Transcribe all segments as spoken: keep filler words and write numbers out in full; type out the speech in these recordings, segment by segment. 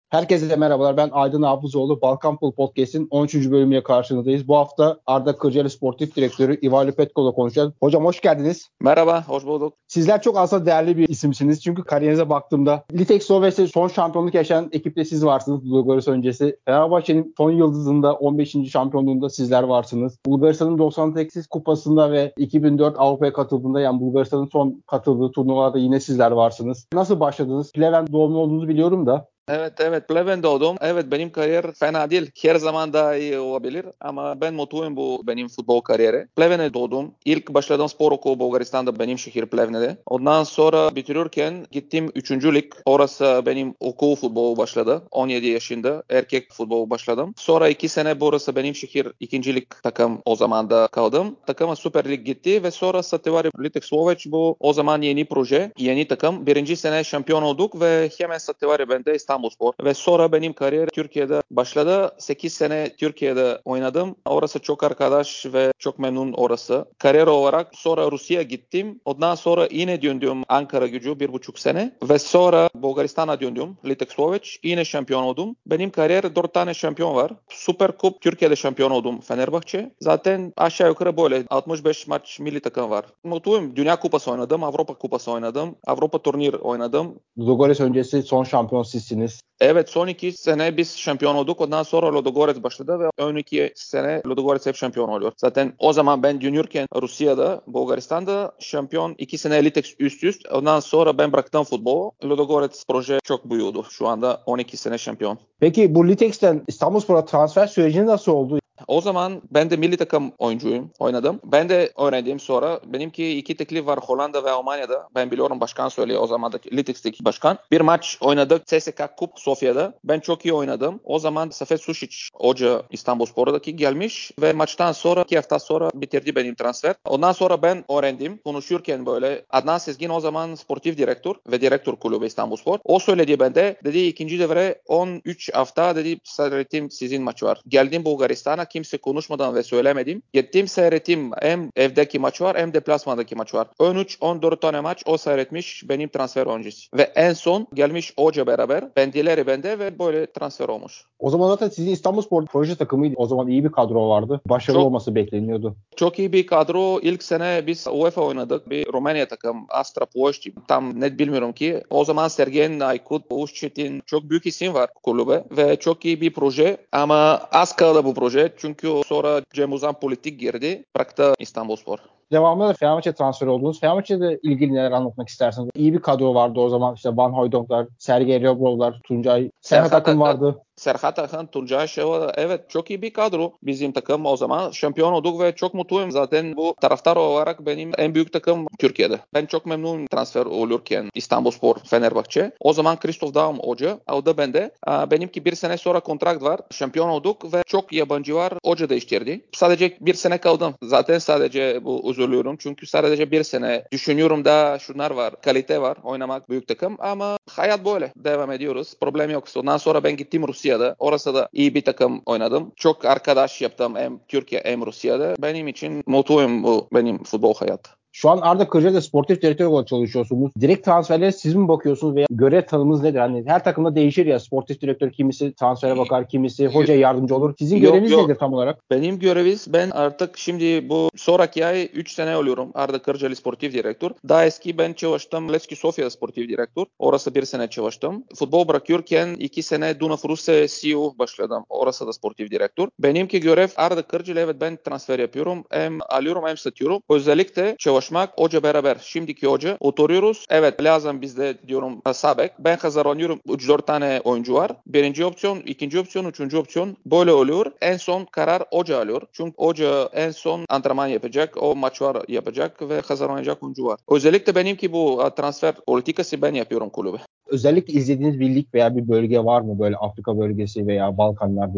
Herkese merhabalar. Ben Aydın Hafızoğlu. Balkan Pool Podcast'in on üçüncü bölümüyle karşınızdayız. Bu hafta Arda Kırcalı Sportif Direktörü İvailo Petko'la konuşacağız. Hocam hoş geldiniz. Merhaba, hoş bulduk. Sizler çok aslında değerli bir isimsiniz. Çünkü kariyerinize baktığımda Litex Slovenya son şampiyonluk yaşayan ekipte siz varsınız Bulgaristan öncesi. Fenerbahçe'nin son yıldızında on beşinci şampiyonluğunda sizler varsınız. Bulgaristan'ın doksan sekiz kupasında ve iki bin dört Avrupa'ya katıldığında, yani Bulgaristan'ın son katıldığı turnuvalarda yine sizler varsınız. Nasıl başladınız? Pleven doğumlu olduğunuzu biliyorum da. Evet evet Pleven doğdum. Evet, benim kariyer fena değil. Her zaman daha iyi olabilir ama ben mutluyum bu benim futbol kariyeri. Pleven'e doğdum. İlk başladım spor okulu Bulgaristan'da, benim şehir Plevne'de. Ondan sonra bitirirken gittim üçüncü lig. Orası benim okul futbolu başladı. on yedi yaşında erkek futbolu başladım. Sonra iki sene burası benim şehir ikinci lig takım o zaman da kaldım. Takıma Süper Lig gitti ve sonra Sativari Litex Slovenya bu o zaman yeni proje, yeni takım. Birinci sene şampiyon olduk ve hemen Sativari bende İstanbulspor. Ve sonra benim kariyer Türkiye'de başladı. sekiz sene Türkiye'de oynadım. Orası çok arkadaş ve çok memnun orası. Kariyer olarak sonra Rusya'ya gittim. Ondan sonra yine döndüm Ankaragücü bir buçuk sene. Ve sonra Bulgaristan'a döndüm. Litex Slovenya. Yine şampiyon oldum. Benim kariyer dört tane şampiyon var. Süper Kup Türkiye'de şampiyon oldum Fenerbahçe. Zaten aşağı yukarı böyle altmış beş maç milli takım var. Mutluyum. Dünya Kupası oynadım. Avrupa Kupası oynadım. Avrupa turnir oynadım. Ludogorets öncesi son şampiyon sizsiniz. Evet, son iki sene biz şampiyon olduk. Ondan sonra Ludogorets başladı ve on iki sene Ludogorets hep şampiyon oluyor. Zaten o zaman ben juniorken Rusya'da, Bulgaristan'da şampiyon iki sene Litex üst üst. Ondan sonra ben bıraktım futbolu. Ludogorets proje çok büyüdü. Şu anda on iki sene şampiyon. Peki bu Litex'ten İstanbulspor'a transfer süreci nasıl oldu? O zaman ben de milli takım oyuncuyum, oynadım. Ben de öğrendim sonra. Benimki iki teklif var Hollanda ve Almanya'da. Ben biliyorum, başkan söylüyor o zaman da, Litex'teki başkan. Bir maç oynadık C S K A Kup Sofya'da. Ben çok iyi oynadım. O zaman Safet Sušić hoca İstanbulspor'daki gelmiş ve maçtan sonra iki hafta sonra bitirdi benim transfer. Ondan sonra ben öğrendim. Konuşurken böyle Adnan Sezgin o zaman sportif direktör ve direktör kulübü İstanbulspor. O söyledi bende. Dedi ikinci devre on üç hafta dedi seyrettim sizin maç var. Geldim Bulgaristan'a. Kimse konuşmadan ve söylemedim. Gittim seyrettim. Hem evdeki maç var hem deplasmandaki maç var. on üç on dört tane maç o seyretmiş benim transfer oyuncusu. Ve en son gelmiş hoca beraber. Bendileri bende ve böyle transfer olmuş. O zaman zaten sizin İstanbulspor proje takımıydı. O zaman iyi bir kadro vardı. Başarılı Çok olması bekleniyordu. Çok iyi bir kadro. İlk sene biz UEFA oynadık. Bir Romanya takım Astra Ploiești. Tam net bilmiyorum ki. O zaman Sergen Aykut, Oğuz Çetin, çok büyük isim var kulübe ve çok iyi bir proje. Ama az kaldı bu proje. Çünkü sonra Cem Uzan politik girdi. Bıraktı İstanbulspor. Devamında da Fenerbahçe transfer oldunuz. Fenerbahçe'de ilgili neler anlatmak istersiniz? İyi bir kadro vardı o zaman. İşte Van Hooydonklar, Sergey Rebrovlar, Tuncay, Serhat Akın vardı. Serhat Akın, Tuncay Şeva, evet çok iyi bir kadro bizim takım o zaman. Şampiyon olduk ve çok mutluyum. Zaten bu taraftar olarak benim en büyük takım Türkiye'de. Ben çok memnunum transfer olurken İstanbulspor, Fenerbahçe. O zaman Christoph Daum hoca, o da bende. Benimki bir sene sonra kontrakt var. Şampiyon olduk ve çok yabancı var. Hoca değiştirdi. Sadece bir sene kaldım. Zaten sadece bu üzülüyorum. Çünkü sadece bir sene düşünüyorum da şunlar var. Kalite var. Oynamak büyük takım ama hayat böyle. Devam ediyoruz. Problem yok. Ondan sonra ben gittim Rusya'da. Orası da iyi bir takım oynadım. Çok arkadaş yaptım hem Türkiye hem Rusya'da. Benim için mutluyum bu benim futbol hayatı. Şu an Arda Kırcalı'da sportif direktör olarak çalışıyorsunuz. Direkt transferlere siz mi bakıyorsunuz veya görev tanımınız nedir? Hani her takımda değişir ya, sportif direktör kimisi transfere bakar, kimisi hocaya yardımcı olur. Sizin Yok, göreviniz yok. nedir tam olarak? Benim görevimiz, ben artık şimdi bu sonraki ay üç sene oluyorum Arda Kırcalı sportif direktör. Daha eski ben çalıştım Levski Sofia sportif direktör. Orası bir sene çalıştım. Futbol bırakırken iki sene Dunav Rusya C E O başladım. Orası da sportif direktör. Benimki görev Arda Kırcalı, evet ben transfer yapıyorum. Hem alıyorum hem satıyorum. Özellikle çalışmak hoca beraber. Şimdiki hoca oturuyoruz. Evet lazım bizde diyorum sabek. Ben hazırlanıyorum. üç dört tane oyuncu var. Birinci opsiyon, ikinci opsiyon, üçüncü opsiyon. Böyle oluyor. En son karar hoca alıyor. Çünkü hoca en son antrenman yapacak. O maçlar yapacak ve hazırlanacak oyuncu var. Özellikle benimki bu transfer politikası ben yapıyorum kulübe. Özellikle izlediğiniz bir lig veya bir bölge var mı, böyle Afrika bölgesi veya Balkanlar diye?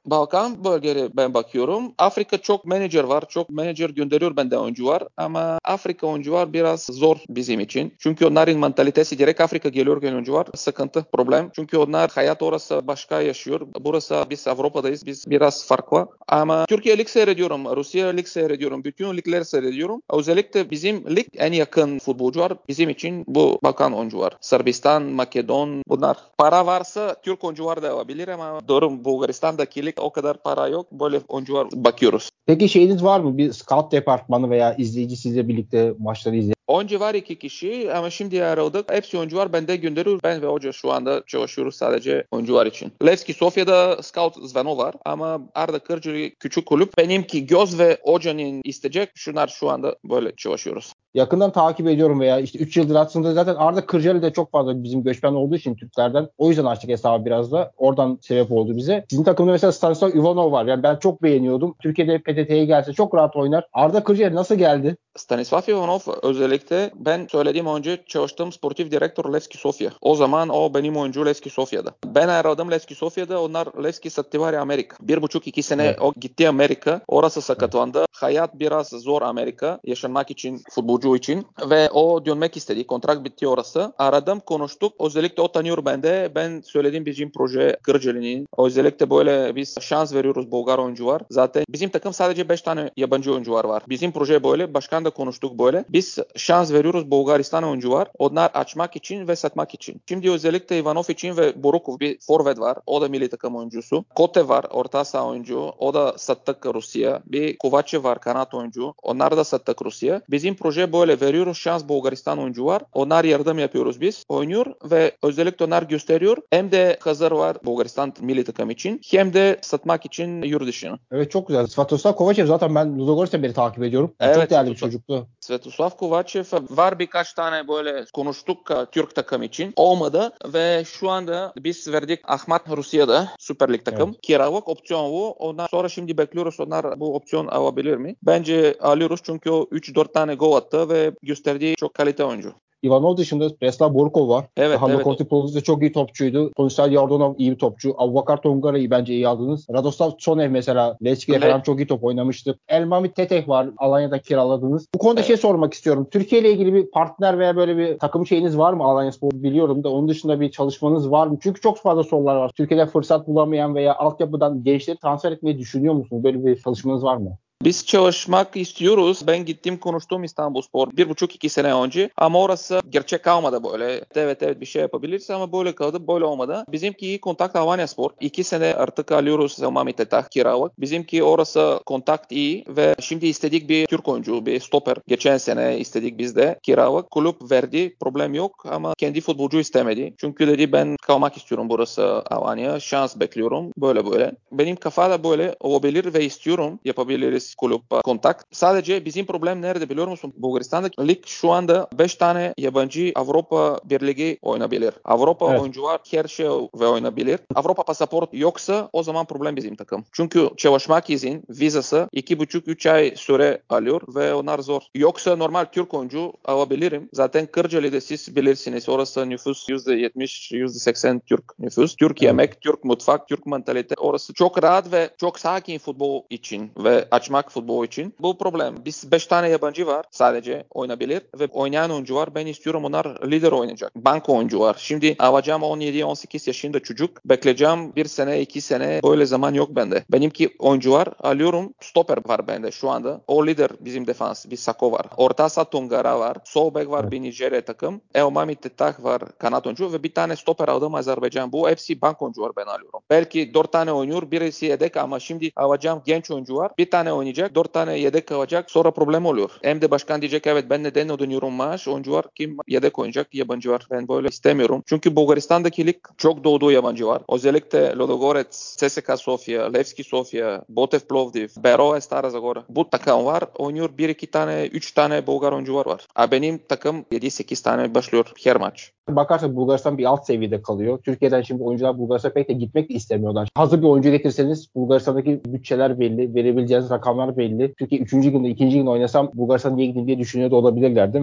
Balkan bölgeli ben bakıyorum. Afrika çok menajer var. Çok menajer gönderiyor bende oyuncu var. Ama Afrika oyuncu var biraz zor bizim için. Çünkü onların mantalitesi direkt Afrika geliyor gelen oyuncu var. Sıkıntı, problem. Çünkü onlar hayat orası başka yaşıyor. Burası biz Avrupa'dayız. Biz biraz farklı. Ama Türkiye lig seyrediyorum. Rusya lig seyrediyorum. Bütün ligleri seyrediyorum. Özellikle bizim lig en yakın futbolcu var. Bizim için bu Balkan oyuncu var. Sırbistan, Makedon bunlar. Para varsa Türk oyuncu var da olabilir ama doğru Bulgaristan'daki lig o kadar para yok. Böyle oyuncu var bakıyoruz. Peki şeyiniz var mı? Bir scout departmanı veya izleyici sizle birlikte maçları izleyen? Oyuncu var iki kişi ama şimdi ayrıldık. Hepsi oyuncu var. Bende gönderiyor. Ben ve hoca şu anda çalışıyoruz sadece oyuncular için. Levski Sofya'da scout zvano var ama Arda Kırcılı küçük kulüp. Benimki Göz ve hocanın isteyecek. Şunlar şu anda böyle çalışıyoruz. Yakından takip ediyorum veya işte üç yıldır aslında zaten Arda Kırcalı da çok fazla bizim göçmen olduğu için Türklerden. O yüzden açtık hesabı biraz da. Oradan sebep oldu bize. Sizin takımda mesela Stanislav Ivanov var. Yani ben çok beğeniyordum. Türkiye'de P T T'ye gelse çok rahat oynar. Arda Kırcalı nasıl geldi? Stanislav Ivanov özellikle ben söylediğim önce çalıştığım sportif direktör Levski Sofya. O zaman o benim oyuncu Levski Sofya'da. Ben ayrıldım Levski Sofya'da. Onlar Levski Sativari Amerika. Bir buçuk iki sene evet. O gitti Amerika. Orası sakatlandı. Evet. Hayat biraz zor Amerika. Yaşanmak için, futbolcu için. Ve o dönmek istedi. Kontrak bitti orası. Aradım konuştuk. Özellikle o tanıyor bende. Ben söylediğim bizim proje Kırcalı'nın. Özellikle böyle biz şans veriyoruz Bulgar oyuncu var. Zaten bizim takım sadece beş tane yabancı oyuncular var. Bizim proje böyle. Başkan da konuştuk böyle. Biz şans veriyoruz Bulgaristan oyuncu var. Onlar açmak için ve satmak için. Şimdi özellikle Ivanov için ve Borukov bir forvet var. O da milli takım oyuncusu. Kote var orta saha oyuncu. O da sattık Rusya. Bir Kovacev var kanat oyuncu. Onlar da sattık Rusya. Bizim proje böyle veriyoruz şans Bulgaristan oyuncu var. Onlar yardım yapıyoruz biz. Oynuyor ve özellikle onlar gösteriyor. Hem de hazır var Bulgaristan milli takım için. Hem de satmak için yurt dışına. Evet çok güzel. Svatoslav Kovacev zaten ben Ludogorets'ten beri takip ediyorum. Yani evet, çok değerli bir Svetoslav. çocuktu. Svetoslav Kovacev var birkaç tane böyle konuştuk Türk takım için. Olmadı ve şu anda biz verdik Ahmat Rusya'da Süper Lig takım. Evet. Kiralık opsiyon bu. Ondan sonra şimdi bekliyoruz onlar bu opsiyon alabilir mi? Bence alıyoruz çünkü o üç dört tane gol attı ve gösterdiği çok kalite oyuncu. Ivanov dışında Reslav Borukov var. Evet, Daha evet. Lokomotiv Plovdiv'de çok iyi topçuydu. Tomislav Yardonov iyi bir topçu. Avvakar Tongara'yı bence iyi aldınız. Radoslav Tsonev mesela Levski'de falan çok iyi top oynamıştı. Elmami Teteh var. Alanya'da kiraladınız. Bu konuda evet. şey sormak istiyorum. Türkiye ile ilgili bir partner veya böyle bir takım şeyiniz var mı? Alanyaspor biliyorum da onun dışında bir çalışmanız var mı? Çünkü çok fazla sorular var. Türkiye'de fırsat bulamayan veya altyapıdan gençleri transfer etmeyi düşünüyor musunuz? Böyle bir çalışmanız var mı? Biz çalışmak istiyoruz. Ben gittim konuştum İstanbulspor bir buçuk iki sene önce ama orası gerçek kalmadı böyle. Evet evet bir şey yapabiliriz ama böyle kaldı böyle olmadı. Bizimki kontak Alanyaspor. iki sene artık alıyoruz Mami Tetah kiralık. Bizimki orası kontak iyi ve şimdi istedik bir Türk oyuncu bir stoper. Geçen sene istedik biz de kiralık. Kulüp verdi problem yok ama kendi futbolcu istemedi. Çünkü dedi ben kalmak istiyorum burası Alanya. Şans bekliyorum böyle böyle. Benim kafada böyle olabilir ve istiyorum yapabiliriz kulüp kontak. Sadece bizim problem nerede biliyor musun? Bulgaristan'daki lig şu anda beş tane yabancı Avrupa Birliği oynayabilir. Avrupa evet. oyuncular her şey ve oynayabilir. Avrupa pasaport yoksa o zaman problem bizim takım. Çünkü çalışmak izin, vizası iki buçuk üç ay süre alıyor ve onlar zor. Yoksa normal Türk oyuncu alabilirim. Zaten Kırcalı'da siz bilirsiniz. Orası nüfus yüzde yetmiş yüzde seksen Türk nüfus. Türk yemek, evet. Türk mutfak, Türk mentalite. Orası çok rahat ve çok sakin futbol için ve açmak futbol için. Bu problem. Biz beş tane yabancı var sadece oynayabilir ve oynayan oyuncu var. Ben istiyorum onlar lider oynayacak. Banka oyuncu var. Şimdi alacağım on yedi on sekiz yaşında çocuk. Bekleyeceğim bir sene iki sene. Böyle zaman yok bende. Benimki oyuncu var. Alıyorum. Stoper var bende şu anda. O lider bizim defans. Bir Sako var. Orta saha Tongara var. Sol bek var. Evet. Bir Nijerya takım. Elmami Tetah var. Kanat oyuncu ve bir tane stoper aldım Azerbaycan. Bu hepsi bank oyuncu var ben alıyorum. Belki dört tane oynuyor. Birisi yedek ama şimdi alacağım genç oyuncu var. Bir tane oynayacak. Dört tane yedek kalacak. Sonra problem oluyor. Hem de başkan diyecek evet ben neden ödeniyorum maaş. Oyuncu var. Kim yedek oynayacak? Yabancı var. Ben böyle istemiyorum. Çünkü Bulgaristan'daki lig çok doğduğu yabancı var. Özellikle Ludogorets, C S K A Sofia, Levski Sofia, Botev Plovdiv, Bero Stara Zagora. Bu takım var. Oynuyor bir iki tane, üç tane Bulgar oyuncu var. A benim takım yedi sekiz tane başlıyor her maç. Bakarsak Bulgaristan bir alt seviyede kalıyor. Türkiye'den şimdi oyuncular Bulgaristan'a pek de gitmek de istemiyorlar. Hazır bir oyuncu getirseniz Bulgaristan'daki bütçeler belli, verebileceğiniz rakamlar belli. Türkiye üçüncü günde, ikinci gün oynasam Bulgaristan niye gideyim diye düşünüyor da olabilirler değil mi?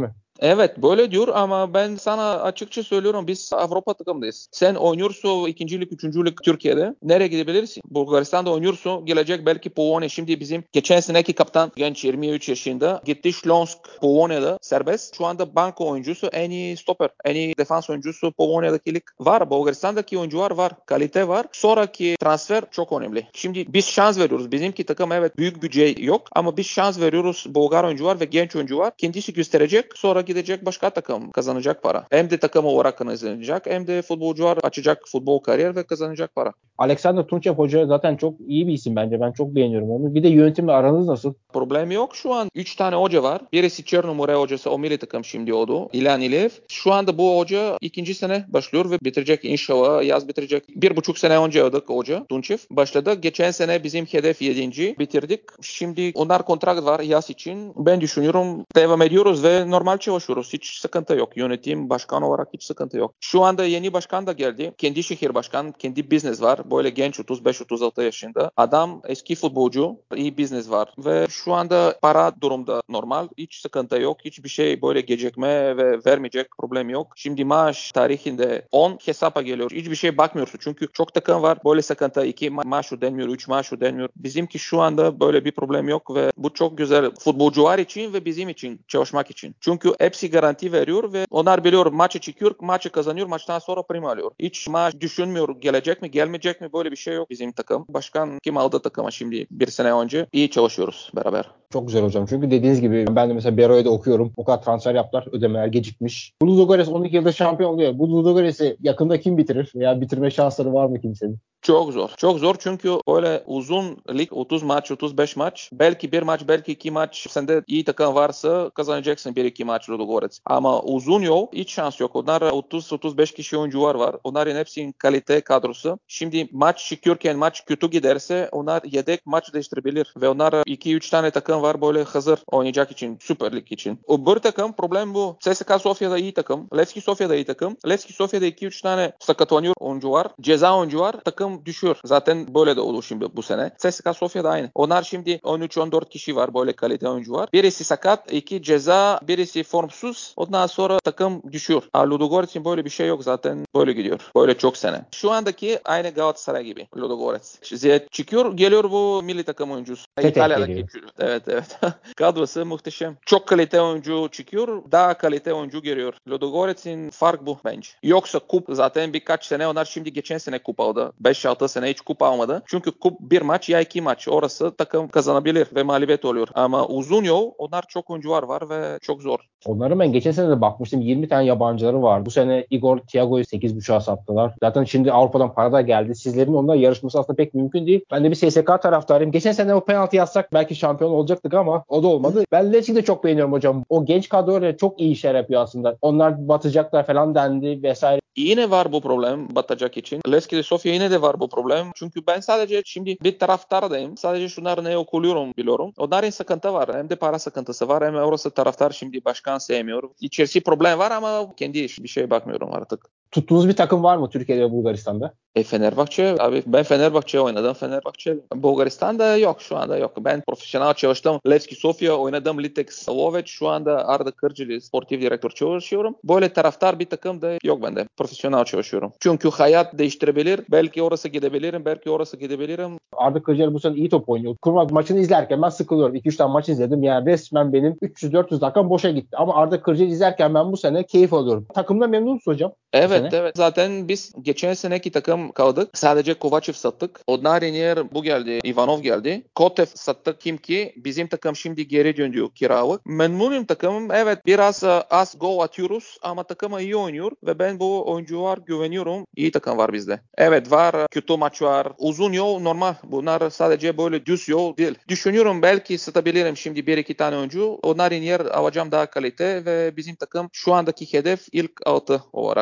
Evet böyle diyor ama ben sana açıkça söylüyorum biz Avrupa takımdayız. Sen oynuyorsun ikincilik, üçüncülük Türkiye'de. Nereye gidebilirsin? Bulgaristan'da oynuyorsun. Gelecek belki Polonya. Şimdi bizim geçen seneki kaptan genç yirmi üç yaşında gitti Śląsk Polonya'da serbest. Şu anda banko oyuncusu en iyi stoper, en iyi defans oyuncusu Polonya'daki lig var. Bulgaristan'daki oyuncular var. Kalite var. Sonraki transfer çok önemli. Şimdi biz şans veriyoruz. Bizimki takım evet büyük bütçe yok ama biz şans veriyoruz. Bulgar oyuncu var ve genç oyuncu var. Kendisi gösterecek. Sonra gidecek başka takım kazanacak para. Hem de takım olarak kazanacak hem de futbolcular açacak futbol kariyer ve kazanacak para. Alexander Tunçev Hoca zaten çok iyi bir isim bence. Ben çok beğeniyorum onu. Bir de yönetimle aranız nasıl? Problem yok şu an. Üç tane hoca var. Birisi Çernumore hocası, o milli takım şimdi oldu. İlhan İlev. Şu anda bu hoca ikinci sene başlıyor ve bitirecek inşallah. Yaz bitirecek. Bir buçuk sene önce aldık hoca Tunçev. Başladı. Geçen sene bizim hedef yedinci bitirdik. Şimdi onlar kontrakt var yaz için. Ben düşünüyorum devam ediyoruz ve normal çalışıyoruz. Hiç sıkıntı yok. Yönetim, başkan olarak hiç sıkıntı yok. Şu anda yeni başkan da geldi. Kendi şehir başkan, kendi business var. Böyle genç otuz beş otuz altı yaşında. Adam eski futbolcu, iyi business var ve şu anda para durumda normal. Hiç sıkıntı yok. Hiçbir şey böyle gecikme ve vermeyecek problem yok. Şimdi maaş tarihinde on hesaba geliyor. Hiçbir şey bakmıyorsun. Çünkü çok takım var. Böyle sıkıntı iki ma- maaş ödenmiyor, üç maaş ödenmiyor. Bizimki şu anda böyle bir problem yok ve bu çok güzel futbolcular için ve bizim için çalışmak için. Çünkü hepsi garanti veriyor ve onlar biliyor maçı çıkıyor, maçı kazanıyor, maçtan sonra prim alıyor. Hiç maaş düşünmüyor gelecek mi, gelmeyecek mi böyle bir şey yok bizim takım. Başkan kim aldı takıma şimdi bir sene önce? İyi çalışıyoruz beraber. Çok güzel hocam. Çünkü dediğiniz gibi ben de mesela Bero'ya da okuyorum. O kadar transfer yaptılar. Ödemeler gecikmiş. Bu Ludogorets on iki yılda şampiyon oluyor. Bu Ludogorets'i yakında kim bitirir? Veya bitirme şansları var mı kimsenin? Çok zor. Çok zor çünkü öyle uzun lig otuz maç, otuz beş maç. Belki bir maç, belki iki maç. Sende iyi takım varsa kazanacaksın bir iki maç Ludogorets. Ama uzun yol hiç şans yok. Onlar otuz otuz beş kişi oyuncular var. Onların hepsinin kalite kadrosu. Şimdi maç çıkıyorken maç kötü giderse onlar yedek maç değiştirebilir. Ve onlar iki üç tane takım var böyle hazır oynayacak için. Süper Lig için. O bir takım problem bu. C S K A Sofya'da iyi takım. Levski Sofya'da iyi takım. Levski Sofya'da iki üç tane sakatlanıyor oyuncu var. Ceza oyuncu var. Takım düşüyor. Zaten böyle de olur şimdi bu sene. C S K A Sofya'da aynı. Onlar şimdi on üç on dört kişi var. Böyle kalite oyuncu var. Birisi sakat, iki ceza, birisi formsuz. Ondan sonra takım düşüyor. Ludogorets için böyle bir şey yok. Zaten böyle gidiyor. Böyle çok sene. Şu andaki aynı Galatasaray gibi Ludogorets. Ziyet çıkıyor, geliyor bu milli takım oyuncusu. Feteh İtalya'daki geliyor. çocuk. Evet evet. Kadrosu muhteşem. Çok kalite oyuncu çıkıyor. Daha kalite oyuncu geliyor. Ludogorets'in fark bu bence. Yoksa kup zaten birkaç sene onlar şimdi geçen sene kup aldı. beş altı sene hiç kupa almadı. Çünkü kup bir maç ya iki maç. Orası takım kazanabilir ve mağlubiyet oluyor. Ama uzun yol onlar çok oyuncular var ve çok zor. Onların ben geçen sene de bakmıştım. yirmi tane yabancıları var. Bu sene Igor Thiago'yu sekiz buçuğa sattılar. Zaten şimdi Avrupa'dan para da geldi. Sizlerin onunla yarışması aslında pek mümkün değil. Ben de bir C S K A taraftarıyım. Geçen sene o penaltı yazsak belki şampiyon olacaktık ama o da olmadı. Ben Levski'yi de çok beğeniyorum hocam. O genç kadroyla çok iyi işler yapıyor aslında. Onlar batacaklar falan dendi vesaire. Yine var bu problem batacak için. Levski de Sofya yine de var bu problem. Çünkü ben sadece şimdi bir taraftardayım. Sadece şunları ne okuyorum biliyorum. Onların sıkıntı var. Hem de para sıkıntısı var. Hem orası taraftar şimdi başkan sevmiyor. İçerisi problem var ama kendi iş. Bir şey bakmıyorum artık. Tuttuğunuz bir takım var mı Türkiye'de ve Bulgaristan'da? E Fenerbahçe abi ben Fenerbahçe oynadım. Fenerbahçe Bulgaristan'da yok şu anda yok. Ben profesyonel çalıştım. Levski Sofya oynadım. Litex Lovech şu anda Arda Kırcılı sportif direktör çalışıyorum. Böyle taraftar bir takım da yok bende. Profesyonel çalışıyorum. Çünkü hayat değiştirebilir. Belki orası gidebilirim. Belki orası gidebilirim. Arda Kırcalı bu sene iyi top oynuyor. Kurmak maçını izlerken ben sıkılıyorum. iki üç tane maç izledim. Yani resmen benim üç yüz dört yüz dakikam boşa gitti. Ama Arda Kırcalı izlerken ben bu sene keyif alıyorum. Takımda memnun musunuz hocam? Evet evet. Zaten biz geçen seneki takım kaldık. Sadece Kovacev sattık. Onların yer bu geldi. Ivanov geldi. Kotev sattık. Kim ki bizim takım şimdi geri dönüyor kiralık. Memnunum takımım. Evet biraz az gol atıyoruz ama takıma iyi oynuyor ve ben bu oyuncular güveniyorum. İyi takım var bizde. Evet var. Kötü maç var. Uzun yol normal. Bunlar sadece böyle düz yol değil. Düşünüyorum belki satabilirim şimdi bir iki tane oyuncu. Onların yer alacağım daha kalite ve bizim takım şu andaki hedef ilk altı olarak.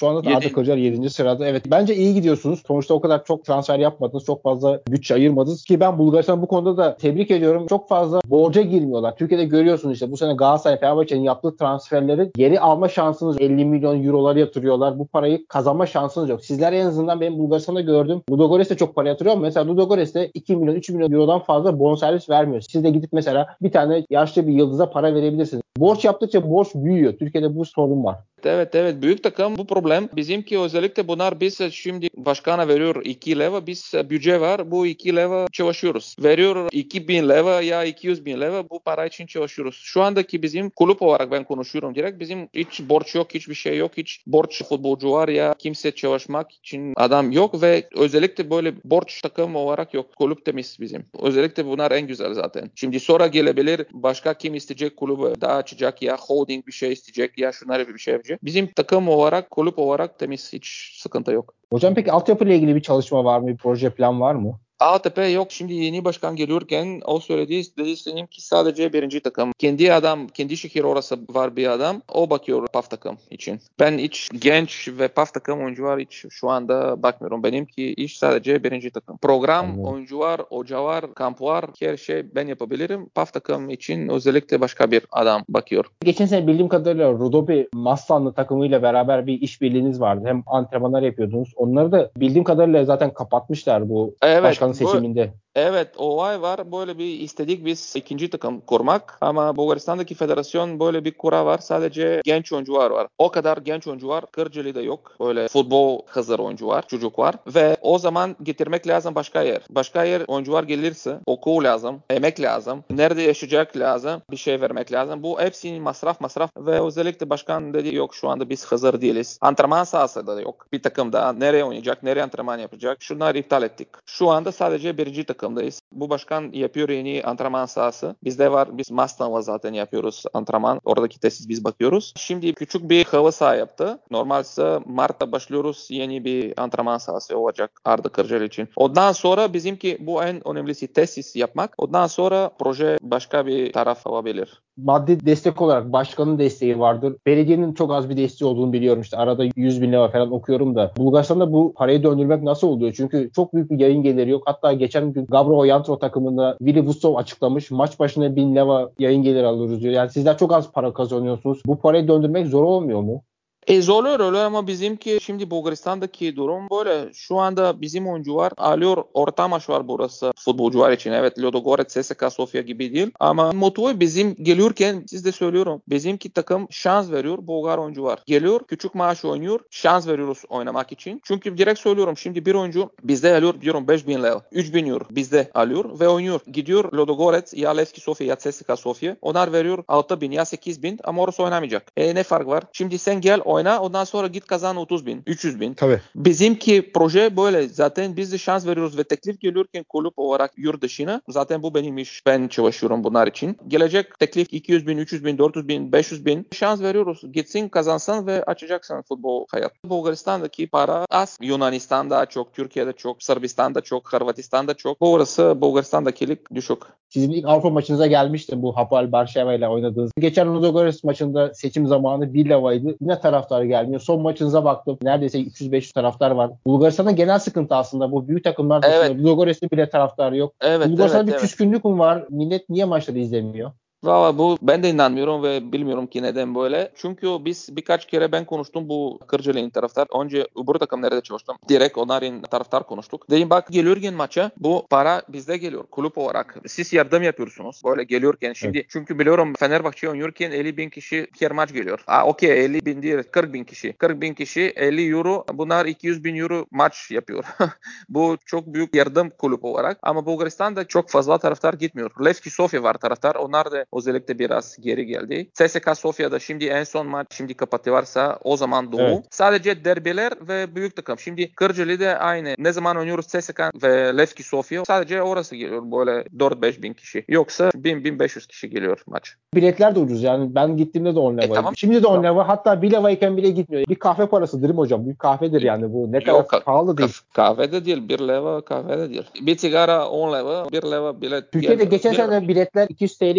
Şu anda da Yedi. Arda Kırcalı yedinci sırada. Evet, bence iyi gidiyorsunuz. Sonuçta o kadar çok transfer yapmadınız. Çok fazla bütçe ayırmadınız ki ben Bulgaristan'ı bu konuda da tebrik ediyorum. Çok fazla borca girmiyorlar. Türkiye'de görüyorsunuz işte bu sene Galatasaray, Fenerbahçe'nin yaptığı transferleri geri alma şansınız, elli milyon eurolar yatırıyorlar. Bu parayı kazanma şansınız yok. Sizler en azından benim Bulgaristan'da gördüm. Ludogorets de çok para yatırıyor ama mesela Ludogorets de iki milyon, üç milyon eurodan fazla bonservis vermiyor. Siz de gidip mesela bir tane yaşlı bir yıldıza para verebilirsiniz. Borç yaptıkça borç büyüyor. Türkiye'de bu sorun var. Evet evet büyük takım bu problem. Bizimki özellikle bunlar biz şimdi başkana veriyor iki leva biz bütçe var bu iki leva çalışıyoruz. Veriyor iki bin leva ya iki yüz bin leva bu para için çalışıyoruz. Şu andaki bizim kulüp olarak ben konuşuyorum direkt bizim hiç borç yok hiçbir şey yok hiç borç futbolcu var ya kimse çalışmak için adam yok ve özellikle böyle borç takım olarak yok. Kulüp temiz bizim. Özellikle bunlar en güzel zaten. Şimdi sonra gelebilir başka kim isteyecek kulübü daha açacak ya holding bir şey isteyecek ya şunlar bir şey yapacak. Bizim takım olarak, kulüp olarak temiz hiç sıkıntı yok. Hocam peki altyapı ile ilgili bir çalışma var mı? Bir proje plan var mı? Altepe yok. Şimdi yeni başkan geliyorken o söyledi. Dedi senin ki sadece birinci takım. Kendi adam, kendi şehir orası var bir adam. O bakıyor P A F takım için. Ben hiç genç ve P A F takım oyuncu var hiç şu anda bakmıyorum. Benimki iş sadece birinci takım. Program, Anladım. oyuncu var, hoca var, kamp var. Her şey ben yapabilirim. P A F takım için özellikle başka bir adam bakıyor. Geçen sene bildiğim kadarıyla Rodobi Maslanlı takımıyla beraber bir işbirliğiniz vardı. Hem antrenmanlar yapıyordunuz. Onları da bildiğim kadarıyla zaten kapatmışlar bu Evet, başkanın bu seçiminde. Evet, olay var. Böyle bir istedik biz ikinci takım kurmak. Ama Bulgaristan'daki federasyon böyle bir kura var. Sadece genç oyuncular var. O kadar genç oyuncu var. Kırcalı'da yok. Böyle futbol hazır oyuncu var. Çocuk var. Ve o zaman getirmek lazım başka yer. Başka yer oyuncular gelirse okul lazım. Emek lazım. Nerede yaşayacak lazım. Bir şey vermek lazım. Bu hepsinin masraf masraf. Ve özellikle başkan dedi yok şu anda biz hazır değiliz. Antrenman sahası da yok. Bir takım da nereye oynayacak, nereye antrenman yapacak. Şunları iptal ettik. Şu anda sadece birinci takım takımdayız. Bu başkan yapıyor yeni antrenman sahası. Bizde var. Biz Maslan'la zaten yapıyoruz antrenman. Oradaki tesis biz bakıyoruz. Şimdi küçük bir hava saha yaptı. Normalse Mart'ta başlıyoruz. Yeni bir antrenman sahası olacak Arda Kırcalı için. Ondan sonra bizimki bu en önemlisi tesis yapmak. Ondan sonra proje başka bir taraf alabilir. Maddi destek olarak başkanın desteği vardır. Belediyenin çok az bir desteği olduğunu biliyorum. İşte arada yüz bin lira falan okuyorum da. Bulgaristan'da bu parayı döndürmek nasıl oluyor? Çünkü çok büyük bir yayın geliri yok. Hatta geçen gün Gabro Oyantro takımında Vili Vustov açıklamış. Maç başına bin lira yayın geliri alıyoruz diyor. Yani sizler çok az para kazanıyorsunuz. Bu parayı döndürmek zor olmuyor mu? E zorluyor öyle ama bizimki şimdi Bulgaristan'daki durum böyle. Şu anda bizim oyuncular alıyor orta maç var burası futbolcular için. Evet Ludogorets, C S K A Sofia gibi değil. Ama motive bizim geliyorken siz de söylüyorum. Bizimki takım şans veriyor Bulgar oyuncular. Geliyor küçük maaş oynuyor. Şans veriyoruz oynamak için. Çünkü direkt söylüyorum şimdi bir oyuncu bizde alıyor diyorum beş bin lira. üç bin euro bizde alıyor ve oynuyor. Gidiyor Ludogorets ya Levski Sofia ya C S K A Sofia. Onlar veriyor altı bin ya sekiz bin ama orası oynamayacak. E ne fark var? Şimdi sen gel oyna ondan sonra git kazan otuz bin, üç yüz bin. Tabii. Bizimki proje böyle. Zaten biz de şans veriyoruz ve teklif geliyorken kulüp olarak yurt dışına. Zaten bu benim iş. Ben çalışıyorum bunlar için. Gelecek teklif iki yüz bin, üç yüz bin, dört yüz bin, beş yüz bin. Şans veriyoruz. Gitsin kazansın ve açacaksın futbol hayat. Bulgaristan'daki para az. Yunanistan'da çok, Türkiye'de çok, Sırbistan'da çok, Hırvatistan'da çok. Burası Bulgaristan'dakilik düşük. Sizin ilk Avrupa maçınıza gelmiştim bu Hapoel Varşova ile oynadığınız. Geçen Ludogorets maçında seçim zamanı bir levaydı. Yine taraftar gelmiyor. Son maçınıza baktım. Neredeyse üç yüz beş yüz taraftar var. Bulgaristan'da genel sıkıntı aslında bu. Büyük takımlar dışında Evet. Ludogorets'te bile taraftarı yok. Evet, Bulgaristan'da evet, bir evet. küskünlük mü var? Millet niye maçları izlemiyor? Valla bu ben de inanmıyorum ve bilmiyorum ki neden böyle. Çünkü biz birkaç kere ben konuştum bu Kırcalı'nın taraftar. Önce öbür takımlarda çalıştım. Direkt onların taraftar konuştuk. Dedim bak geliyorken maça bu para bizde geliyor kulüp olarak. Siz yardım yapıyorsunuz böyle geliyorken. Şimdi Evet. çünkü biliyorum Fenerbahçe oynuyorken elli bin kişi her maç geliyor. Aa okey elli bin değil kırk bin kişi. kırk bin kişi elli euro bunlar iki yüz bin euro maç yapıyor. Bu çok büyük yardım kulüp olarak. Ama Bulgaristan'da çok fazla taraftar gitmiyor. Levski Sofia var taraftar. Onlar da özellikle biraz geri geldi. C S K A Sofia'da şimdi en son maç şimdi kapatıyorsa o zaman Doğu. Evet. Sadece derbiler ve büyük takım. Şimdi Kırcalı'da aynı. Ne zaman oynuyoruz C S K A ve Levski Sofia sadece orası geliyor böyle dört beş bin kişi. Yoksa bin bin beş yüz kişi geliyor maç. Biletler de ucuz yani. Ben gittiğimde de on E levaydı. tamam. Şimdi de on leva. Hatta bir levayken bile gitmiyor. Bir kahve parası değil mi hocam? Bir kahvedir yani bu. Ne kadar Yok ka- pahalı değil. kaf- kahvede değil. Bir leva kahvede değil. Bir sigara on leva. Bir leva bilet Türkiye'de gelmiyor. geçen Biliyorum. sene biletler iki yüz T L'ydi. Şu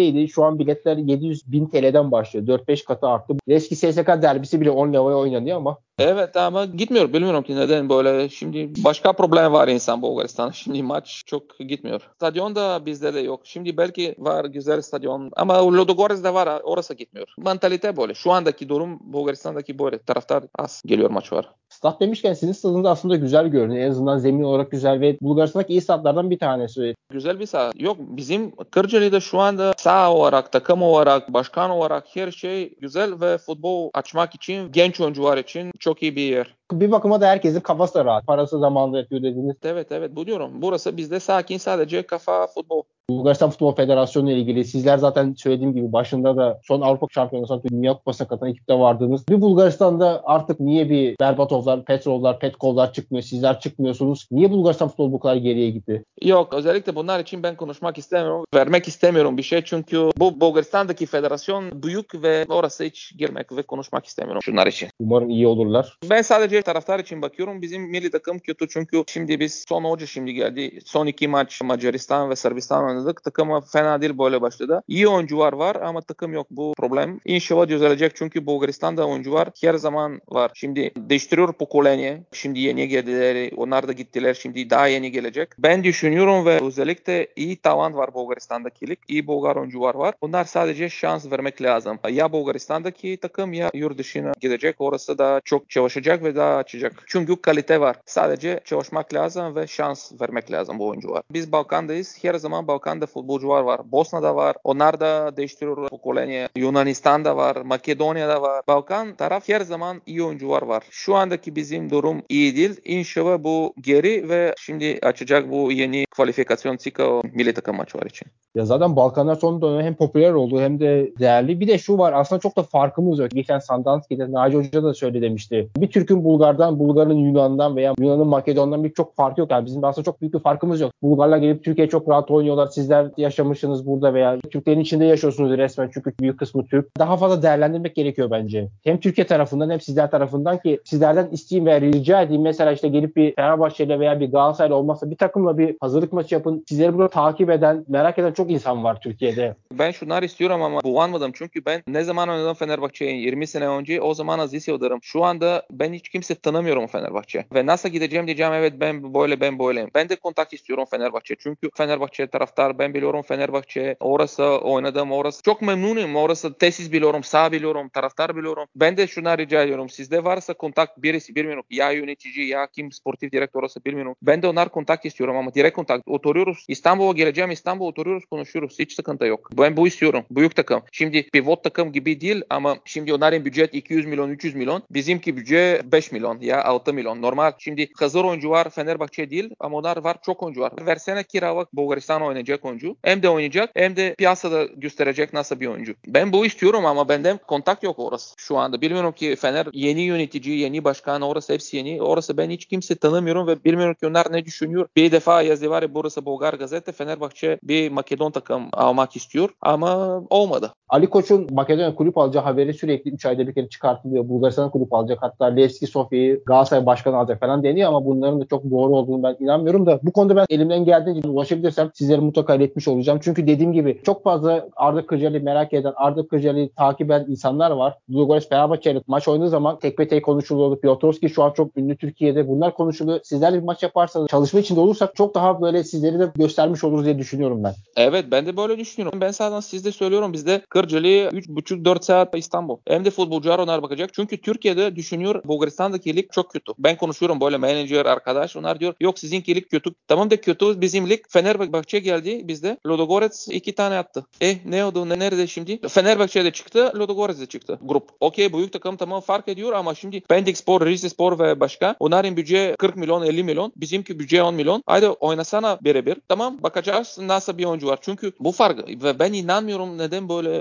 şu an biletler yedi yüz bin T L'den başlıyor. dört beş katı arttı. Eski S S K derbisi bile on liraya oynanıyor ama. Evet ama gitmiyor. Bilmiyorum ki neden böyle. Şimdi başka problem var insan Bulgaristan'da. Şimdi maç çok gitmiyor. Stadyon da bizde de yok. Şimdi belki var güzel stadyon ama Ludogorets'de var, orası gitmiyor. Mantalite böyle. Şu andaki durum Bulgaristan'daki böyle. Taraftar az geliyor, maç var. Stat demişken sizin stadınız aslında güzel görünüyor. En azından zemin olarak güzel ve Bulgaristan'daki iyi statlardan bir tanesi. Güzel bir saha. Yok, bizim Kırcaali'de şu anda saha olarak, takım olarak, başkan olarak her şey güzel ve futbol açmak için, genç oyuncular için çok iyi bir yer. Bir bakıma da herkesin kafası da rahat. Parası zamanında yapıyor dediniz. Evet evet, bu diyorum. Burası bizde sakin, sadece kafa futbol. Bulgaristan Futbol Federasyonu ile ilgili sizler zaten söylediğim gibi başında da son Avrupa Şampiyonası'nda Dünya Kupası'na katılan ekipte vardınız. Bir Bulgaristan'da artık niye bir Berbatovlar, Petrovlar, Petkovlar çıkmıyor, sizler çıkmıyorsunuz? Niye Bulgaristan futbolu bu kadar geriye gitti? Yok, özellikle bunlar için ben konuşmak istemiyorum. Vermek istemiyorum bir şey, çünkü bu Bulgaristan'daki federasyon büyük ve orası hiç girmek ve konuşmak istemiyorum şunlar için. Umarım iyi olurlar. Ben sadece taraftar için bakıyorum. Bizim milli takım kötü, çünkü şimdi biz son hoca şimdi geldi. Son iki maç Macaristan ve Sırbistan oynadık. Takım fena değil, böyle başladı. İyi oyuncular var ama takım yok. Bu problem. İnşallah düzelecek, çünkü Bulgaristan'da oyuncular her zaman var. Şimdi değiştiriyor pokolenya. Şimdi yeni geldiler. Onlar da gittiler. Şimdi daha yeni gelecek. Ben düşünüyorum ve özellikle iyi talent var Bulgaristan'daki lig. İyi Bulgar oyuncular var. Bunlar sadece şans vermek lazım. Ya Bulgaristan'daki takım ya yurt dışına gidecek. Orası da çok çalışacak ve daha açacak. Çünkü kalite var. Sadece çalışmak lazım ve şans vermek lazım bu oyuncular. Biz Balkan'dayız. Her zaman Balkan'da futbolcular var. Bosna'da var. Onlar da değiştiriyor pokolenya. Yunanistan'da var. Makedonya'da var. Balkan taraf her zaman iyi oyuncular var. Şu andaki bizim durum iyi değil. İnşallah bu geri ve şimdi açacak bu yeni kvalifikasyon ciklo milli takım maçı var için. Ya zaten Balkanlar son dönemde hem popüler oldu hem de değerli. Bir de şu var, aslında çok da farkımız yok. Geçen Sandanski'de Naci Hoca da söyle demişti. Bir Türk'ün Bulgar'dan, Bulgar'ın Yunan'dan veya Yunan'ın Makedon'dan bir çok farkı yok. Yani bizim aslında çok büyük bir farkımız yok. Bulgarlar gelip Türkiye'ye çok rahat oynuyorlar. Sizler yaşamışsınız burada veya Türklerin içinde yaşıyorsunuz resmen, çünkü büyük kısmı Türk. Daha fazla değerlendirmek gerekiyor bence. Hem Türkiye tarafından hem sizler tarafından, ki sizlerden isteyeyim veya rica edeyim. Mesela işte gelip bir Fenerbahçe'yle veya bir Galatasaray'la olmazsa bir takımla bir hazırlık maçı yapın. Sizleri burada takip eden, merak eden çok insan var Türkiye'de. Ben şunları istiyorum ama bulamadım, çünkü ben ne zaman oynadım Fenerbahçe'ye, yirmi sene önce, o zaman Aziz Yıldırım. Şu anda ben hiç kimse tanımıyorum Fenerbahçe. Ve nasıl gideceğim diyeceğim, evet ben böyle ben böyleyim. Ben de kontak istiyorum Fenerbahçe. Çünkü Fenerbahçe taraftar, ben biliyorum Fenerbahçe. Orası oynadım, orası. Çok memnunum. Orası tesis biliyorum, sağ biliyorum, taraftar biliyorum. Ben de şuna rica ediyorum. Sizde varsa kontak birisi, bilmiyorum. Ya yönetici ya kim, sportif direktör olsa bilmiyorum. Ben de onlar kontak istiyorum ama direkt kontak. Oturuyoruz. İstanbul'a geleceğim. İstanbul'a oturuyoruz, konuşuyoruz. Hiç sıkıntı yok. Ben bu istiyorum. Büyük takım. Şimdi pivot takım gibi değil ama şimdi onların bütçe iki yüz milyon, üç yüz milyon. Bizimki bütçe beş milyon ya altı milyon. Normal. Şimdi hazır oyuncu var Fenerbahçe değil ama onlar var, çok oyuncu var. Versene kiralık Bulgaristan oynayacak oyuncu. Hem de oynayacak hem de piyasada gösterecek nasıl bir oyuncu. Ben bu istiyorum ama benden kontak yok orası. Şu anda bilmiyorum ki Fener yeni yönetici, yeni başkan, orası hepsi yeni. Orası ben hiç kimse tanımıyorum ve bilmiyorum ki onlar ne düşünüyor. Bir defa yazı var ya, burası Bulgar gazete, Fenerbahçe bir Makedon takım almak istiyor ama olmadı. Ali Koç'un Makedonya kulüp alacağı haberi sürekli üç ayda bir kere çıkartılıyor. Bulgaristan'a kulüp alacak. Hatta Levski Sofya'yı Galatasaray başkanı alacak falan deniyor ama bunların da çok doğru olduğunu ben inanmıyorum da bu konuda ben elimden geldiğince ulaşabilirsem sizlere mutlaka iletmiş olacağım. Çünkü dediğim gibi çok fazla Arda Kırcalı'yı merak eden, Arda Kırcalı'yı takip eden insanlar var. Ludogorets Fenerbahçe'yle maç oynadığı zaman tek ve tek konuşuluyor. Piotrowski şu an çok ünlü Türkiye'de. Bunlar konuşuluyor. Sizlerle bir maç yaparsanız, çalışma içinde olursak çok daha böyle sizleri de göstermiş oluruz diye düşünüyorum ben. Evet, ben de böyle düşünüyorum. Ben zaten sizde söylüyorum, bizde Kırcalı üç buçuk dört saat İstanbul. Hem de futbolcular onlar bakacak. Çünkü Türkiye'de düşünüyor Bulgaristan'daki lig çok kötü. Ben konuşuyorum böyle menajer arkadaş. Onlar diyor yok sizinki lig kötü. Tamam da kötü bizim lig. Fenerbahçe geldi bizde. Ludogorets iki tane attı. E ne oldu? Ne, nerede şimdi? Fenerbahçe'de çıktı. Ludogorets'de çıktı. Grup. Okey, büyük takım tamam fark ediyor ama şimdi Pendikspor, Rizespor ve başka. Onların bütçe kırk milyon, elli milyon. Bizimki bütçe on milyon. Haydi oynasana birebir. Tamam bakacağız nasıl bir oyuncu var. Çünkü bu fark ve ben inanmıyorum neden böyle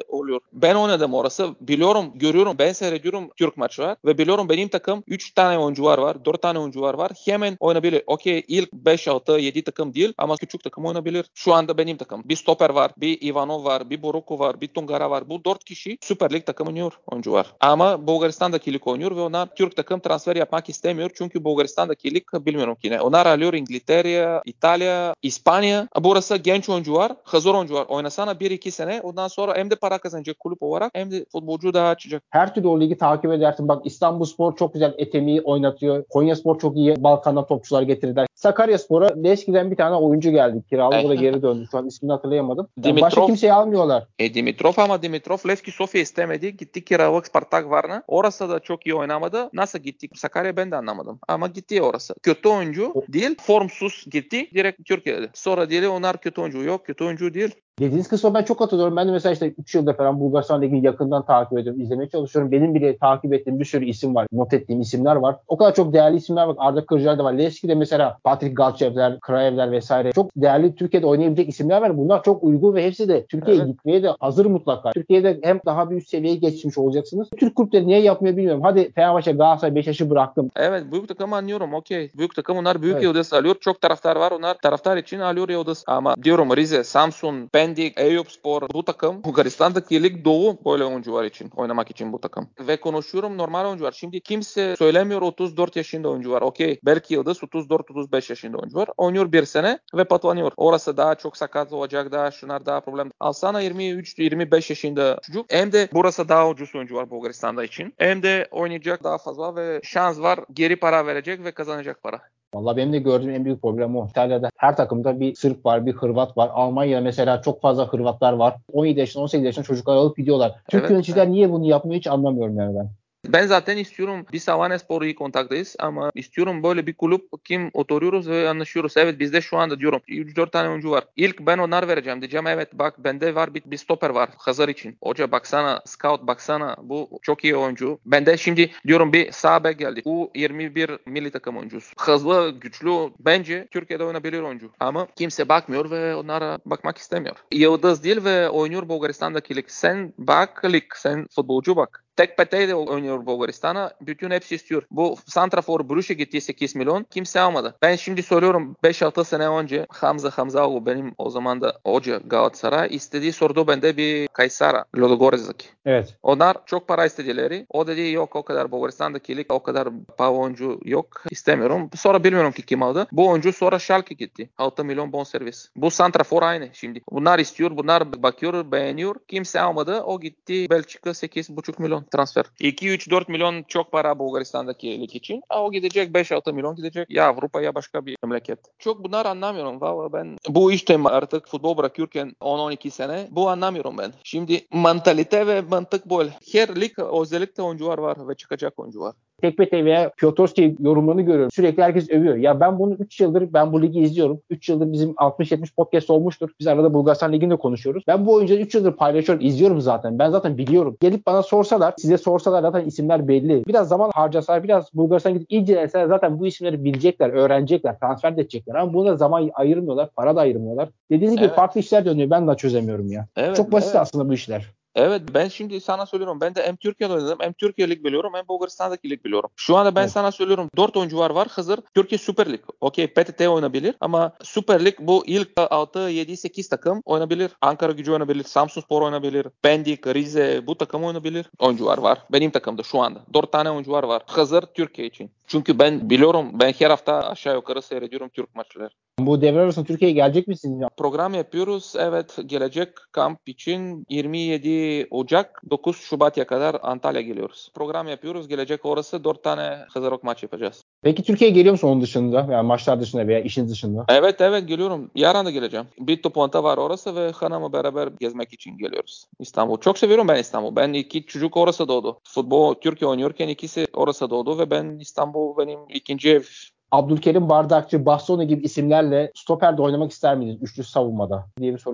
oluyor. Ben oynadım orası. Biliyorum, görüyorum. Ben seyrediyorum Türk maçlar ve biliyorum benim takım üç tane oyuncular var, dört tane oyuncular var. Hemen oynayabilir. Okey, ilk beş altı yedi takım değil ama küçük takım oynayabilir. Şu anda benim takım. Bir stoper var, bir Ivanov var, bir Boruko var, bir Tungara var. Bu dört kişi Süper Lig takım oynuyor oyuncu var. Ama Bulgaristan'daki lig oynuyor ve onlar Türk takım transfer yapmak istemiyor. Çünkü Bulgaristan'daki lig bilmiyorum ki ne. Onlar alıyor İngiltere, İtalya, İspanya. Burası genç oyuncu var, hazır oyuncu var. Oynasana bir iki sene. Ondan sonra hem de para kazanacak kulüp olarak hem de futbolcu daha açacak. Her türlü o ligi takip edersin. Bak İstanbulspor çok güzel Etemi'yi oynatıyor. Konyaspor çok iyi Balkan'dan topçular getirdiler. Sakaryaspor'a eskiden bir tane oyuncu geldi. Kiralık, o da geri döndü. Şu an ismini hatırlayamadım. Yani başka Dimitrov. kimseyi almıyorlar. E Dimitrov ama Dimitrov Levski Sofya istemedi. Gitti kiralık Spartak Varna. Orası da çok iyi oynamadı. Nasıl gitti Sakarya ben de anlamadım. Ama gitti orası. Kötü oyuncu değil. Formsuz gitti. Direkt Türkiye'de. Sonra diye onlar kötü oyuncu. Yok kötü oyuncu değil. Dediğiniz kısmı ben çok hatırlıyorum. Ben de mesela işte üç yılda falan Bulgaristan Ligi'ni yakından takip ediyorum, izlemeye çalışıyorum. Benim bile takip ettiğim bir sürü isim var. Not ettiğim isimler var. O kadar çok değerli isimler var. Arda Kırcılar da var. Levski'de mesela Patrick Galchevler, Krayevler vesaire. Çok değerli Türkiye'de oynayabilecek isimler var. Bunlar çok uygun ve hepsi de Türkiye'ye Evet. gitmeye de hazır mutlaka. Türkiye'de hem daha bir üst seviyeye geçmiş olacaksınız. Türk kulüpleri niye yapmıyor bilmiyorum. Hadi Fenerbahçe, Galatasaray, Beşiktaş'ı bıraktım. Evet büyük takım anlıyorum okey. Büyük takım onlar büyük Evet. yıldız alıyor. Çok taraftar var. Onlar taraftar için alıyor yıldız. Ama diyorum Rize, Samsun, Pendik, Eyüpspor bu takım Bulgaristan'daki lig doğu böyle oyuncular için oynamak için bu takım. Ve konuşuyorum normal oyuncular. Şimdi kimse söylemiyor otuz dört yaşında oyuncu var. Okey belki yıldız otuz dört otuz beş yaşında oyuncu var. Oynuyor bir sene ve patlanıyor. Orası daha çok sakat olacak daha şunlar daha problem. Alsana yirmi üç yirmi beş yaşında çocuk. Hem de burası daha ucuz oyuncu var Bulgaristan'da için. Hem de oynayacak daha fazla ve şans var. Geri para verecek ve kazanacak para. Vallahi benim de gördüğüm en büyük problem o. İtalya'da her takımda bir Sırp var, bir Hırvat var. Almanya'da mesela çok fazla Hırvatlar var. on yedi yaşında, on sekiz yaşında çocuklar alıp gidiyorlar. Türk Evet. yöneticiler niye bunu yapmıyor hiç anlamıyorum yani ben. Ben zaten istiyorum. Biz Savanespor'u iyi kontaktayız ama istiyorum böyle bir kulüp kim oturuyoruz ve anlaşıyoruz. Evet bizde şu anda diyorum üç dört tane oyuncu var. İlk ben onlar vereceğim. Diyeceğim evet bak bende var bir, bir stoper var Hazar için. Hoca baksana scout baksana bu çok iyi oyuncu. Bende şimdi diyorum bir sağ bek geldi. Bu yirmi bir milli takım oyuncusu. Hızlı, güçlü bence Türkiye'de oynayabilir oyuncu. Ama kimse bakmıyor ve onlara bakmak istemiyor. Yıldız değil ve oynuyor Bulgaristan'daki lig. Sen bak lig, sen futbolcu bak. Tek peteği oynuyor Bulgaristan'a. Bütün hepsi istiyor. Bu Santrafor Brugge gitti sekiz milyon. Kimse almadı. Ben şimdi soruyorum beş altı sene önce Hamza Hamzaoğlu benim o zaman da hoca Galatasaray istediği sordu bende bir Kayseri Ludogorets'daki. Evet. Onlar çok para istedileri. O dedi yok o kadar Bulgaristan'daki lig o kadar pahalı oyuncu yok. İstemiyorum. Sonra bilmiyorum ki kim aldı. Bu oyuncu sonra Schalke gitti. altı milyon bonservis. Bu Santrafor aynı şimdi. Bunlar istiyor. Bunlar bakıyor beğeniyor. Kimse almadı. O gitti Belçika sekiz buçuk milyon transfer. iki üç dört milyon çok para Bulgaristan'daki lig için. O gidecek beş altı milyon gidecek ya Avrupa ya başka bir memleket. Çok bunlar anlamıyorum. Vallahi ben bu işte artık futbol bırakırken on on iki sene bu anlamıyorum ben. Şimdi mantalite ve mantık böyle. Her lig özellikle oyuncular var ve çıkacak oyuncu var. Tekbete veya Piotrowski yorumlarını görüyorum. Sürekli herkes övüyor. Ya ben bunu üç yıldır ben bu ligi izliyorum. üç yıldır bizim altmış yetmiş podcast olmuştur. Biz arada Bulgaristan Ligi'nde konuşuyoruz. Ben bu oyuncuları üç yıldır paylaşıyorum, izliyorum zaten. Ben zaten biliyorum. Gelip bana sorsalar, size sorsalar zaten isimler belli. Biraz zaman harcasalar, biraz Bulgaristan gidip inceleseler zaten bu isimleri bilecekler, öğrenecekler, transfer de edecekler. Ama buna zaman ayırmıyorlar, para da ayırmıyorlar. Dediğiniz gibi Evet. farklı işler dönüyor. Ben de çözemiyorum ya. Evet. Çok basit Evet. aslında bu işler. Evet ben şimdi sana söylüyorum. Ben de hem Türkiye'de oynadım hem Türkiye Lig biliyorum hem Bulgaristan'daki lig biliyorum. Şu anda ben Evet. sana söylüyorum. dört oyuncular var hazır. Türkiye Süper Lig. Okey P T T oynayabilir ama Süper Lig bu ilk altı yedi sekiz takım oynayabilir. Ankara Gücü oynayabilir. Samsunspor oynayabilir. Pendik, Rize bu takım oynayabilir. Oyuncular var. Benim takımda şu anda. dört tane oyuncular var. Hazır Türkiye için. Çünkü ben biliyorum ben her hafta aşağı yukarı seyrediyorum Türk maçları. Bu devre arasında Türkiye'ye gelecek misiniz? Program yapıyoruz. Evet gelecek kamp için yirmi yedi Ocak dokuz Şubat'a kadar Antalya geliyoruz. Program yapıyoruz. Gelecek orası dört tane hazırlık maç yapacağız. Peki Türkiye'ye geliyor musun onun dışında? Yani maçlar dışında veya işin dışında? Evet evet geliyorum. Yarın da geleceğim. Bir toplantı var orası ve hanımla beraber gezmek için geliyoruz. İstanbul. Çok seviyorum ben İstanbul. Ben iki çocuk orası doğdu. Futbol Türkiye oynuyorken ikisi orası doğdu ve ben İstanbul benim ikinci ev. Abdülkerim Bardakçı, Bastoni gibi isimlerle stoperde oynamak ister miydiniz? Üçlü savunmada diye bir soru var.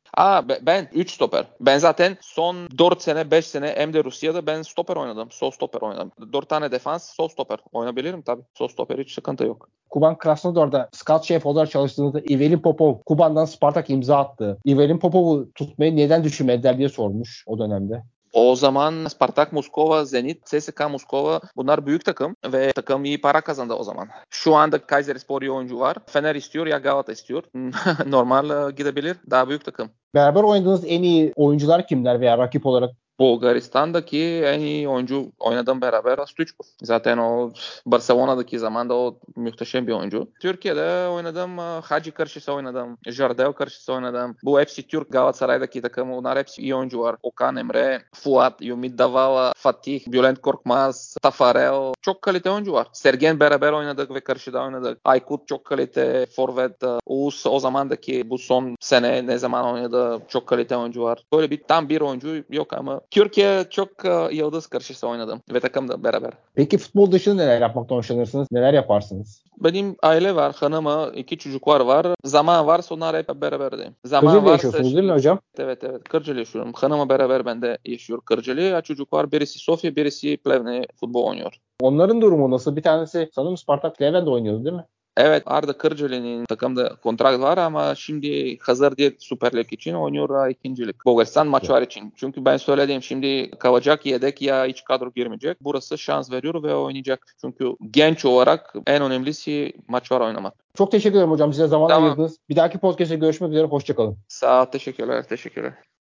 Aa be- ben üç stoper. Ben zaten son dört sene beş sene hem de Rusya'da ben stoper oynadım. Sol stoper oynadım. dört tane defans, sol stoper. Oynayabilirim tabii. Sol stoper hiç sıkıntı yok. Kuban Krasnodar'da scout şef olarak çalıştığınızda Ivelin Popov Kuban'dan Spartak imza attı. Ivelin Popov'u tutmayı neden düşünmediler diye sormuş o dönemde. O zaman Spartak Moskova, Zenit, C S K A Moskova bunlar büyük takım ve takım iyi para kazandı o zaman. Şu anda Kayserispor iyi oyuncu var. Fener istiyor ya Galata istiyor. Normal e, gidebilir. Daha büyük takım. Beraber oynadığınız en iyi oyuncular kimler veya rakip olarak? Bulgaristan'daki en iyi oyuncu oynadım beraber Stoichkov. Zaten o Barcelona'daki zamanda o muhteşem bir oyuncu. Türkiye'de oynadım. e, Hacı karşısı oynadım. Jardel karşısı oynadım. Bu hepsi Türk Galatasaray'daki takım. Onlar hepsi iyi oyuncu var. Okan Emre, Fuat, Ümit Davala, Fatih, Bülent Korkmaz, Tafarel. Çok kalite oyuncu var. Sergen beraber oynadık ve karşıda oynadık. Aykut çok kalite forvet. e, Oğuz o zamandaki bu son sene ne zaman oynadı çok kalite oyuncu var. Böyle bir tam bir oyuncu yok ama Türkiye çok e, yıldız karşısı oynadım ve takımda beraber. Peki futbol dışında neler yapmaktan hoşlanırsınız? Neler yaparsınız? Benim aile var, hanımı, iki çocuklar var. Zaman varsa onlar hep beraberdi. Zaman Kırıcı'da varsa yaşıyorsunuz değil mi hocam? evet evet Kırcalı yaşıyorum. Hanımla beraber ben de yaşıyorum Kırcalı. Çocuk var birisi Sofya birisi Plevne futbol oynuyor. Onların durumu nasıl? Bir tanesi sanırım Spartak Levent'de oynuyordu değil mi? Evet Arda Kırcalı'nın takımda kontrat var ama şimdi hazır değil Süper Lig için oynuyor ha, ikincilik. Bulgaristan maçlar için. Çünkü ben söyledim şimdi kalacak yedek ya hiç kadro girmeyecek. Burası şans veriyor ve oynayacak. Çünkü genç olarak en önemlisi maçlar oynamak. Çok teşekkür ederim hocam. Size zaman Tamam. ayırdınız. Bir dahaki podcast'te görüşmek üzere. Hoşçakalın. Sağ ol. Teşekkürler. Teşekkürler.